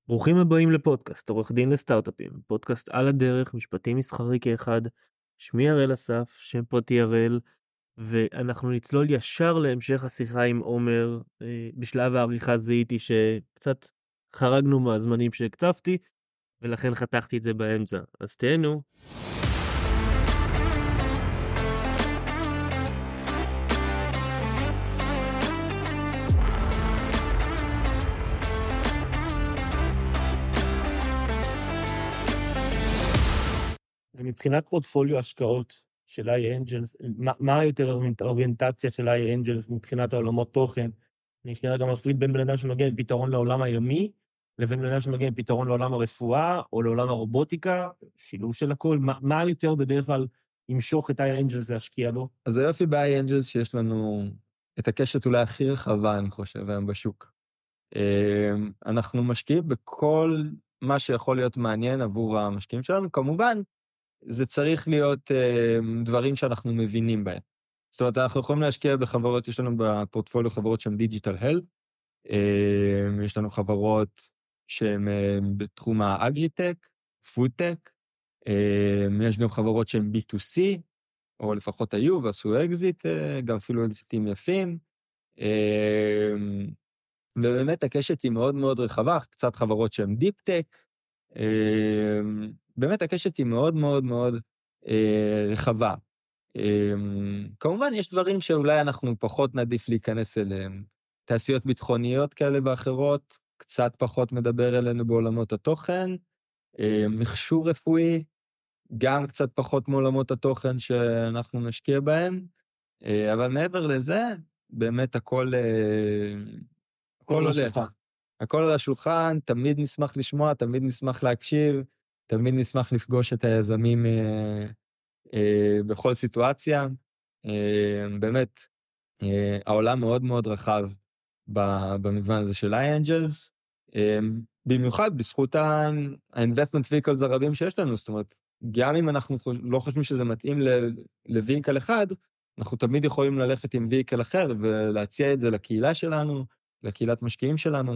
ברוכים הבאים לפודקאסט, עורך דין לסטארט-אפים, פודקאסט על הדרך, משפטי מסחרי כאחד. שמי הראל אסף, שם פרטי הראל, ואנחנו נצלול ישר להמשך השיחה עם עומר. בשלב העריכה זיהיתי שקצת חרגנו מהזמנים שהקצבתי, ולכן חתכתי את זה באמצע. אז תהנו. ומבחינת פורטפוליו השקעות של AI Angels, מה יותר האוריינטציה של AI Angels מבחינת העולמות תוכן? אני שנייה גם מפריד בין בן אדם שמגיע עם פתרון לעולם הימי, לבין בן אדם שמגיע עם פתרון לעולם הרפואה, או לעולם הרובוטיקה, שילוב של הכל. מה יותר בדרך כלל ימשוך את AI Angels להשקיע בו? אז היופי ב-AI Angels שיש לנו את הקשת אולי הכי רחבה, אני חושב, היום בשוק. אנחנו משקיעים בכל מה שיכול להיות מעניין עבור המשקיעים שלנו. כמובן, זה צריך להיות דברים שאנחנו מבינים בהם. זאת אומרת, אנחנו יכולים להשקיע בחברות, יש לנו בפורטפוליו חברות שהן דיג'יטל הלת, יש לנו חברות שהן בתחום האגריטק, פודטק, יש גם חברות שהן B2C, או לפחות היו ועשו אקזיט, גם אפילו אקזיטים יפים, ובאמת הקשת היא מאוד מאוד רחבה, קצת חברות שהן דיפ-טק, באמת הקשת היא מאוד מאוד מאוד רחבה. כמובן יש דברים שאולי אנחנו פחות נעדיף להיכנס אליהם, תעשיות ביטחוניות כאלה ואחרות, קצת פחות מדבר אלינו בעולמות התוכן, מכשור רפואי, גם קצת פחות מעולמות התוכן שאנחנו נשקיע בהם, אבל מעבר לזה, באמת הכל הולך. הכל על השולחן, תמיד נשמח לשמוע, תמיד נשמח להקשיב, תמיד נשמח לפגוש את היזמים בכל סיטואציה. באמת, העולם מאוד מאוד רחב במגוון הזה של AI Angels, במיוחד בזכות ה-investment vehicles הרבים שיש לנו, זאת אומרת, גם אם אנחנו לא חושבים שזה מתאים לוויקל אחד, אנחנו תמיד יכולים ללכת עם ויקל אחר ולהציע את זה לקהילה שלנו, לקהילת משקיעים שלנו,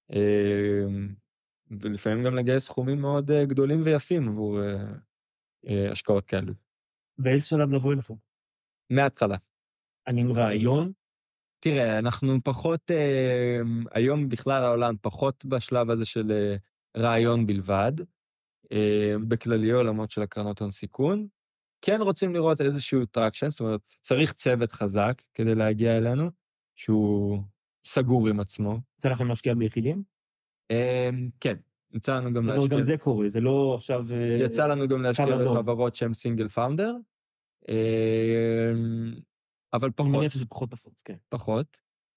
ולפעמים גם לגייס סכומים מאוד גדולים ויפים עבור השקעות כאלה. באיזה שלב לבוא אליכם? מההתחלה. אני עם רעיון? תראה, אנחנו פחות, היום בכלל העולם פחות בשלב הזה של רעיון בלבד, בכללי עולמות של הקרנות הון סיכון, כן רוצים לראות איזשהו טראקשן, זאת אומרת, צריך צוות חזק כדי להגיע אלינו, שהוא סגור עם עצמו. יצא לכם להשקיע ביחידים? כן, יצא לנו גם להשקיע. גם זה קורה, זה לא עכשיו... יצא לנו גם להשקיע בחברות שהן סינגל פאונדר, אבל פחות. אני מניח שזה פחות נפוץ, כן. פחות.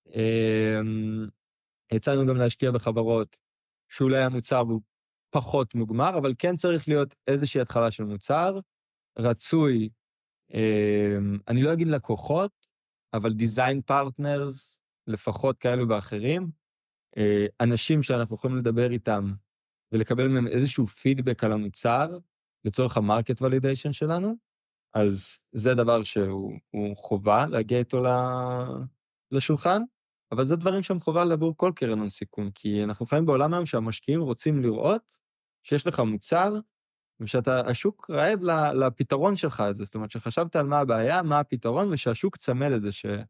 יצא לנו גם להשקיע בחברות שאולי המוצר הוא פחות מוגמר, אבל כן צריך להיות איזושהי התחלה של מוצר, רצוי, אני לא אגיד לקוחות, אבל דיזיין פרטנרס, לפחות כאלו ואחרים, אנשים שאנחנו יכולים לדבר איתם, ולקבל מהם איזשהו פידבק על המוצר, לצורך המרקט ולידיישן שלנו, אז זה דבר שהוא חובה להגיע איתו לשולחן, אבל זה דברים שהם חובה לעבור כל קרן הון סיכון, כי אנחנו חיים בעולם היום שהמשקיעים רוצים לראות שיש לך מוצר, ושאתה, השוק רעב לפתרון שלך את זה, זאת אומרת שחשבת על מה הבעיה, מה הפתרון, ושהשוק צמא לזה,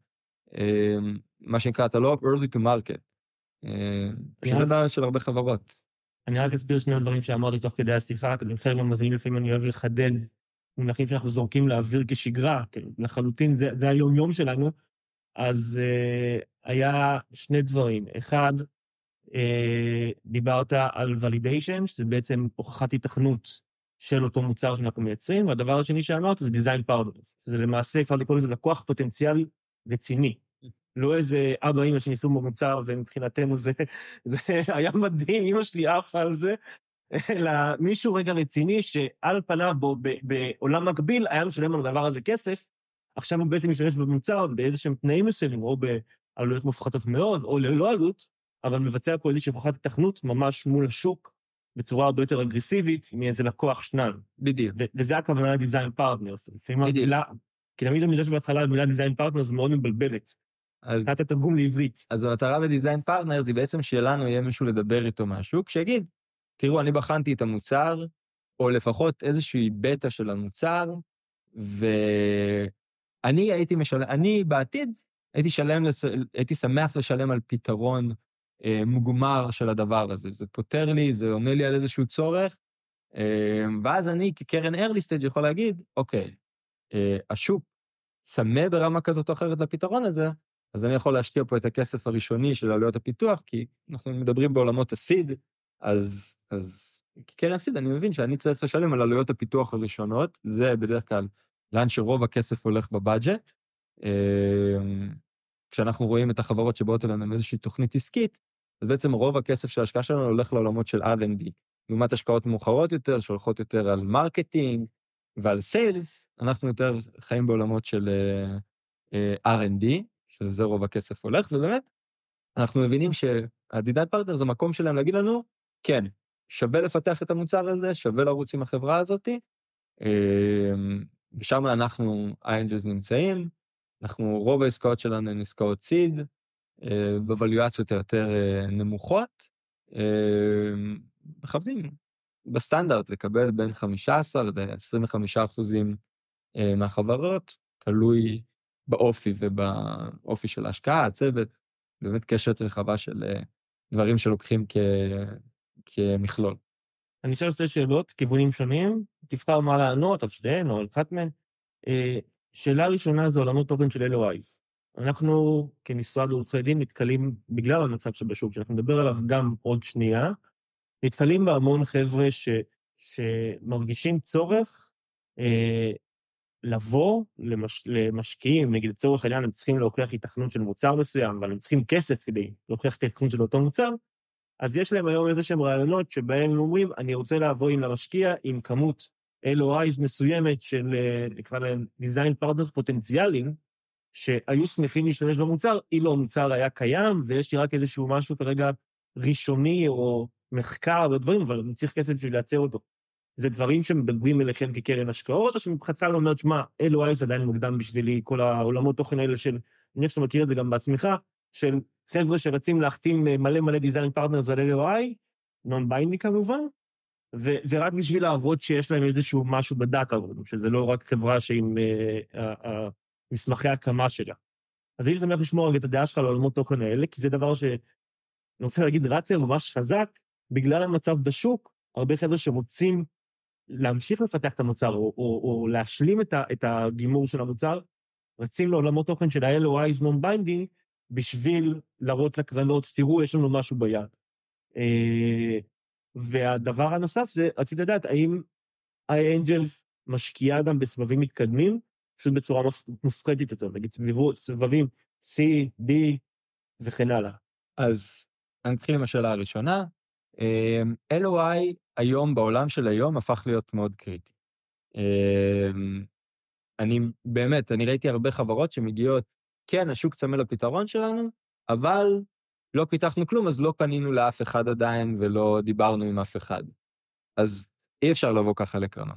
מה שנקרא, אתה לא early to market. זה דבר של הרבה חברות. אני רק אסביר שני דברים שאמרתי תוך כדי השיחה, כדי חלק מהמאזינים לפעמים אני אוהב לחדד מונחים שאנחנו זורקים לאוויר כשגרה, לחלוטין זה היום-יום שלנו, אז היה שני דברים. אחד, דיברת על validation, שזה בעצם הוכחת התכנות של אותו מוצר שאנחנו מייצרים, והדבר השני שאמרת זה design partners, שזה למעשה אפשר לקרוא לזה לקוח פוטנציאלי רציני. לא איזה אבא אמא שניסו במוצר, ומבחינתנו זה היה מדהים, אמא שלי עפה על זה, אלא מישהו רגע רציני שעל פניו בעולם מקביל היה משלם על הדבר הזה כסף, עכשיו הוא בעצם משתמש במוצר באיזשהם תנאים מסוימים, או בעלויות מופחתות מאוד, או ללא עלות, אבל מבצע פה איזושהי הוכחת התכנות ממש מול השוק, בצורה הרבה יותר אגרסיבית, מאיזה לקוח שניים. בדיוק. וזה הכוונה לדיזיין פרטנרס. לפעמים המילה, כי תמיד המילה שבהתחלה, המילה דיזיין פרטנרס מאוד מבלבלת. נתת תרגום לעברית. אז המטרה בדיזיין פרטנר היא בעצם שלנו יהיה מישהו לדבר איתו מהשוק, שיגיד, תראו, אני בחנתי את המוצר, או לפחות איזושהי בטא של המוצר, אני בעתיד הייתי שמח לשלם על פתרון מוגמר של הדבר הזה. זה פותר לי, זה עונה לי על איזשהו צורך, ואז אני כקרן early stage יכול להגיד, אוקיי, השוק צמא ברמה כזאת או אחרת לפתרון הזה, אז אני יכול להשקיע פה את הכסף הראשוני של עלויות הפיתוח, כי אנחנו מדברים בעולמות הסיד, אז כקרן סיד אני מבין שאני צריך לשלם על עלויות הפיתוח הראשונות, זה בדרך כלל לאן שרוב הכסף הולך בבאג'ט, כשאנחנו רואים את החברות שבאות אלינו עם איזושהי תוכנית עסקית, אז בעצם רוב הכסף של ההשקעה שלנו הולך לעולמות של R&D, לעומת השקעות מאוחרות יותר, שהולכות יותר על מרקטינג ועל סיילס, אנחנו יותר חיים בעולמות של R&D, שזה רוב הכסף הולך, ובאמת, אנחנו מבינים שהדיזיין פרטנר זה מקום שלהם להגיד לנו, כן, שווה לפתח את המוצר הזה, שווה לרוץ עם החברה הזאת, ושם אנחנו, האנג'לס נמצאים, רוב העסקאות שלנו הן עסקאות סיד, בוולואציות יותר נמוכות, מכוונים בסטנדרט לקבל בין 15 ל-25% מהחברות, תלוי באופי ובאופי של ההשקעה, הצוות, באמת קשת רחבה של דברים שלוקחים כמכלול. אני אשאל שתי שאלות, כיוונים שונים, תבחר מה לענות על שתיהן או על אחת מהן. שאלה ראשונה זה עולמות תוכן של LOIs. אנחנו כמשרד עורכי דין נתקלים, בגלל המצב שבשוק, שאנחנו נדבר עליו גם עוד שנייה, נתקלים בהמון חבר'ה שמרגישים צורך לבוא למשקיעים, נגיד לצורך העניין, הם צריכים להוכיח התכנות של מוצר מסוים, אבל הם צריכים כסף כדי להוכיח את ההתכנות של אותו מוצר, אז יש להם היום איזה שהם רעיונות שבהם הם אומרים, אני רוצה לעבור עם למשקיע עם כמות LOIs מסוימת של, נקרא להם, דיזיין פרטנרס פוטנציאליים, שהיו שמחים להשתמש במוצר, אילו המוצר היה קיים, ויש לי רק איזשהו משהו כרגע ראשוני, או מחקר ודברים, אבל אני צריך כסף בשביל לייצר אותו. זה דברים שמדברים אליכם כקרן השקעות, או שמבחינתך לא אומרת, שמה, LOI זה עדיין מוקדם בשבילי, כל העולמות תוכן האלה של, אני חושב שאתה מכיר את זה גם בעצמך, של חבר'ה שרצים להחתים מלא דיזיין פרטנרס על LOI, נון ביינדי כמובן, ורק בשביל לעבוד שיש להם איזשהו משהו בדאקה, שזה לא רק חברה שעם מסמכי הקמה שלה. אז אני שמח לשמור את הדעה שלך על עולמות תוכן האלה, כי זה דבר שאני רוצה להגיד רציה ממש חזק, בגלל המצב בשוק, הרבה חבר'ה שרוצים להמשיך לפתח את המוצר, או להשלים את הגימור של המוצר, רצים לעולמות תוכן של ה-LOIs non-binding, בשביל להראות לקרנות, תראו, יש לנו משהו ביד. והדבר הנוסף זה, רציתי לדעת, האם האנג'לס משקיעה גם בסבבים מתקדמים, פשוט בצורה מופחתת יותר, נגיד סבבים C, D וכן הלאה. אז אני אתחיל עם השאלה הראשונה, LOI היום, בעולם של היום, הפך להיות מאוד קריטי. אני ראיתי הרבה חברות שמגיעות, כן, השוק צמא לפתרון שלנו, אבל לא פיתחנו כלום, אז לא פנינו לאף אחד עדיין, ולא דיברנו עם אף אחד. אז אי אפשר לבוא ככה לקרנות.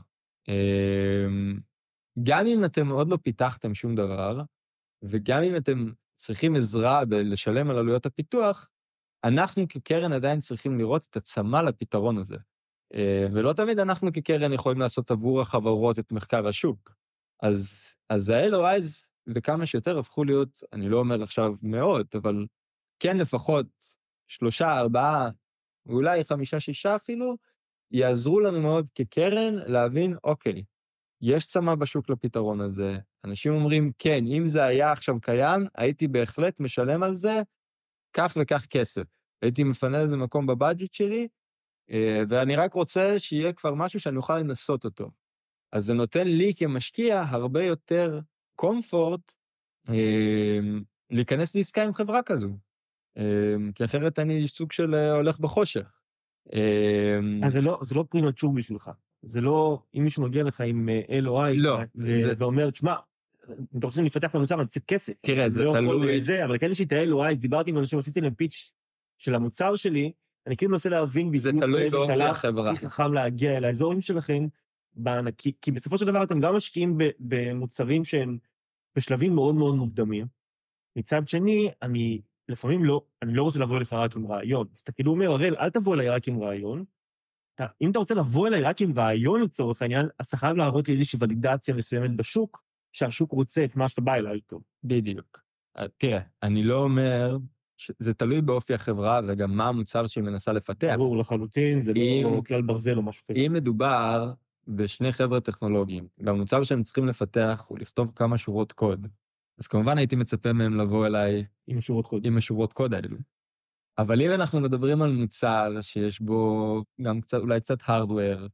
גם אם אתם עוד לא פיתחתם שום דבר, וגם אם אתם צריכים עזרה לשלם על עלויות הפיתוח, אנחנו כקרן עדיין צריכים לראות את הצמא לפתרון הזה. ולא תמיד אנחנו כקרן יכולים לעשות עבור החברות את מחקר השוק. אז ה-LOIs וכמה שיותר הפכו להיות, אני לא אומר עכשיו מאות, אבל כן לפחות 3, 4, ואולי 5, 6 אפילו, יעזרו לנו מאוד כקרן להבין, אוקיי, יש צמא בשוק לפתרון הזה, אנשים אומרים, כן, אם זה היה עכשיו קיים, הייתי בהחלט משלם על זה, כך וכך כסף. הייתי מפנה לזה מקום בבאג'ט שלי, ואני רק רוצה שיהיה כבר משהו שאני אוכל לנסות אותו. אז זה נותן לי כמשקיע הרבה יותר קומפורט, להיכנס לעסקה עם חברה כזו. כי אחרת אני סוג של הולך בחושך. אז זה לא פרימת שוק בשבילך. זה לא, אם מישהו מגיע לך עם LOI, לא, ואומר, תשמע, אם אתה רוצה לפתח את המוצר, אני צריך כסף. תראה, זה תלוי. אבל כן יש לי את ה-LOI, דיברתי עם אנשים, עשיתי להם פיץ' של המוצר שלי, אני כאילו מנסה להבין בדיוק באיזה שלב, הכי חכם להגיע אל האזורים שלכם, כי בסופו של דבר אתם גם משקיעים במוצרים שהם בשלבים מאוד מאוד מוקדמים, מצד שני, אני לפעמים אני לא רוצה לבוא אליך רק עם רעיון. אז אתה כאילו אומר, הראל, אל תבוא אליי רק עם רעיון. אם אתה רוצה לבוא אליי רק עם רעיון לצורך העניין, אז אתה חייב להראות לי איזושהי ולידציה מסוימת בשוק, שהשוק רוצה את מה שאתה בא אליי איתו. בדיוק. תראה, אני לא אומר, זה תלוי באופי החברה, וגם מה המוצר שהיא מנסה לפתח. ברור לחלוטין, זה לא כלל ברזל או משהו כזה. אם מדובר בשני חבר'ה טכנולוגיים, והמוצר שהם צריכים לפתח הוא לכתוב כמה שורות קוד, אז כמובן הייתי מצפה מהם לבוא אליי עם השורות קוד האלו. אבל אם אנחנו מדברים על מוצר שיש בו גם קצת, אולי קצת hardware,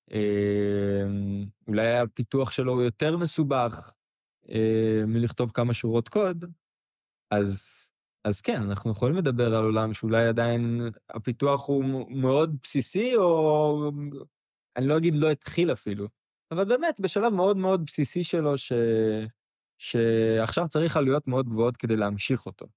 אולי הפיתוח שלו הוא יותר מסובך מלכתוב כמה שורות קוד, אז כן, אנחנו יכולים לדבר על עולם שאולי עדיין הפיתוח הוא מאוד בסיסי, או אני לא אגיד לא התחיל אפילו, אבל באמת בשלב מאוד מאוד בסיסי שלו, שעכשיו צריך עלויות מאוד גבוהות כדי להמשיך אותו.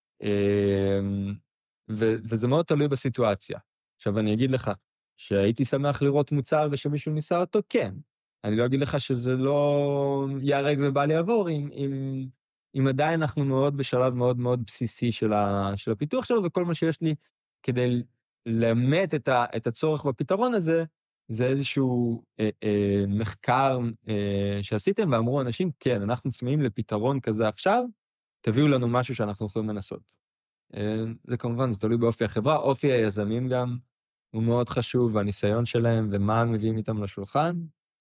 וזה מאוד תלוי בסיטואציה. עכשיו אני אגיד לך, שהייתי שמח לראות מוצר ושמישהו ניסה אותו, כן. אני לא אגיד לך שזה לא יהרג ובל יעבור, אם עדיין אנחנו מאוד בשלב מאוד מאוד בסיסי של הפיתוח שלו, וכל מה שיש לי כדי לאמת את הצורך בפתרון הזה, זה איזשהו מחקר שעשיתם, ואמרו אנשים, כן, אנחנו צמאים לפתרון כזה עכשיו, תביאו לנו משהו שאנחנו יכולים לנסות. זה כמובן, זה תלוי באופי החברה, אופי היזמים גם הוא מאוד חשוב, והניסיון שלהם ומה הם מביאים איתם לשולחן,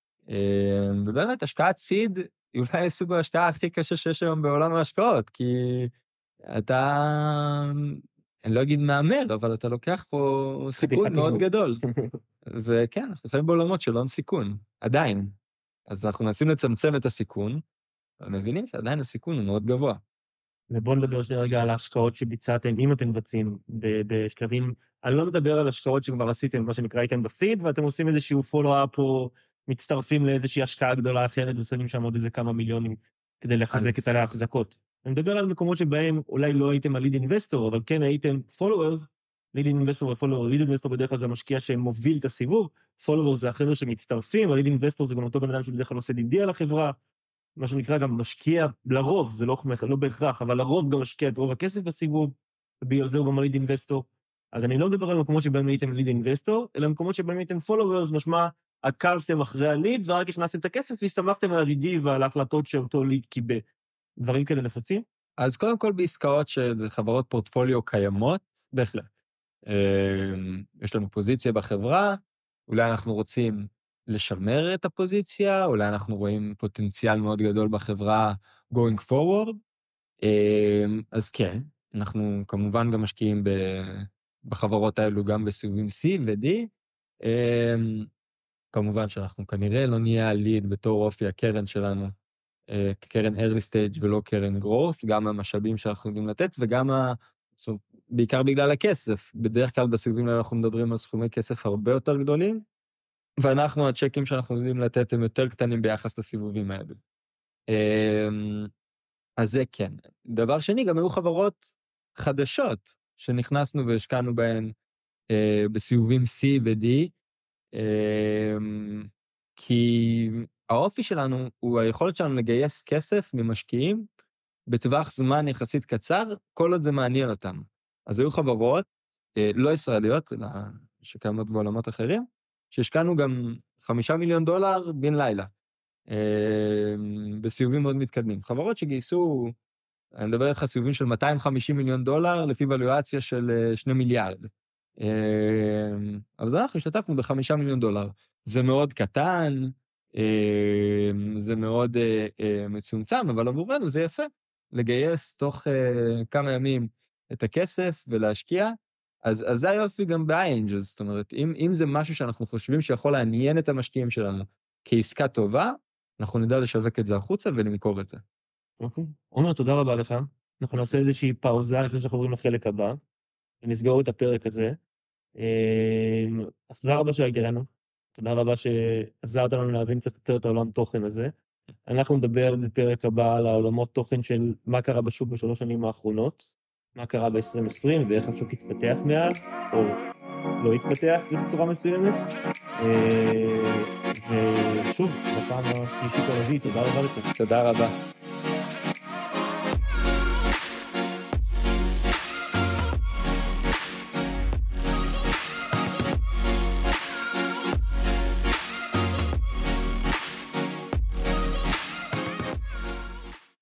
ובאמת השקעת סיד, היא אולי סוג ההשקעה הכי קשה שיש היום בעולם ההשקעות, כי אתה, אני לא אגיד מאמר, אבל אתה לוקח פה סיכון מאוד גדול. וכן, אנחנו חיים בעולמות של הון סיכון, עדיין. אז אנחנו מנסים לצמצם את הסיכון, אבל מבינים שעדיין הסיכון הוא מאוד גבוה. ובואו נדבר שני רגע על ההשקעות שביצעתם, אם אתם מבצעים בשלבים, אני לא מדבר על השקעות שכבר עשיתם, מה שנקרא איתם בסיד, ואתם עושים איזשהו פולו-אפ או מצטרפים לאיזושהי השקעה גדולה אחרת, ושמים שם עוד איזה כמה מיליונים כדי לחזק את ההחזקות. אני מדבר על מקומות שבהם אולי לא הייתם הליד אינבסטור, אבל כן הייתם פולוורס, ליד אינבסטור ופולוור, ליד אינבסטור בדרך כלל זה המשקיע שמוביל את הסיבוב, פולוור זה החבר'ה שמצטרפים, הליד אינבסטור זה גם אותו בן אדם שבדרך כלל עושה דידי על החברה, מה שנקרא גם משקיע לרוב, זה לא בהכרח, אבל לרוב גם משקיע את רוב הכסף בסיבוב, ובגלל זה הוא גם ליד אינבסטור. אז אני לא מדבר על מקומות שבהם הייתם ליד אינבסטור, אלא מקומות שבהם הייתם פולוורס, משמע עקבתם אחרי הליד, ורק הכנסתם את הכסף, והסתמכתם על הדידי ועל ההחלטות שאותו ליד קיבל. דברים כאלה נפוצים? אז קודם כל בעסקאות של חברות פורטפוליו קיימות, בהחלט. יש לנו פוזיציה בחברה, אולי אנחנו רוצים לשמר את הפוזיציה, אולי אנחנו רואים פוטנציאל מאוד גדול בחברה going forward, אז כן, אנחנו כמובן גם משקיעים בחברות האלו גם בסיבובים C ו-D, כמובן שאנחנו כנראה לא נהיה הליד בתור אופי הקרן שלנו, כקרן early stage ולא קרן growth, גם המשאבים שאנחנו יודעים לתת, וגם בעיקר בגלל הכסף, בדרך כלל בסיבובים האלה אנחנו מדברים על סכומי כסף הרבה יותר גדולים, ואנחנו, הצ'קים שאנחנו יודעים לתת הם יותר קטנים ביחס לסיבובים האלה. אז זה כן. דבר שני, גם היו חברות חדשות שנכנסנו והשקענו בהן בסיבובים C ו-D, כי האופי שלנו הוא היכולת שלנו לגייס כסף ממשקיעים בטווח זמן יחסית קצר, כל עוד זה מעניין אותם. אז היו חברות לא ישראליות, אלא שקיימות בעולמות אחרים, שהשקענו גם $5 מיליון בן לילה, בסיבובים מאוד מתקדמים. חברות שגייסו, אני מדבר איתך סיבובים של $250 מיליון, לפי ולואציה של 2 מיליארד. אבל אנחנו השתתפנו ב$5 מיליון. זה מאוד קטן, זה מאוד מצומצם, אבל עבורנו זה יפה, לגייס תוך כמה ימים את הכסף ולהשקיע, אז זה היופי גם באנג'לס, זאת אומרת, אם זה משהו שאנחנו חושבים שיכול לעניין את המשקיעים שלנו כעסקה טובה, אנחנו נדע לשווק את זה החוצה ולמכור את זה. אוקיי. עומר, תודה רבה לך. אנחנו נעשה איזושהי פאוזה לפני שאנחנו עוברים לחלק הבא, ונסגור את הפרק הזה. אז תודה רבה שהיית לנו. תודה רבה שעזרת לנו להבין קצת יותר את העולם תוכן הזה. אנחנו נדבר בפרק הבא על העולמות תוכן של מה קרה בשוק ב3 שנים האחרונות, מה קרה ב-2020 ואיך השוק התפתח מאז, או לא התפתח בצורה מסוימת. ושוב, בפעם השלישית הרביעית, תודה רבה לכם. תודה רבה.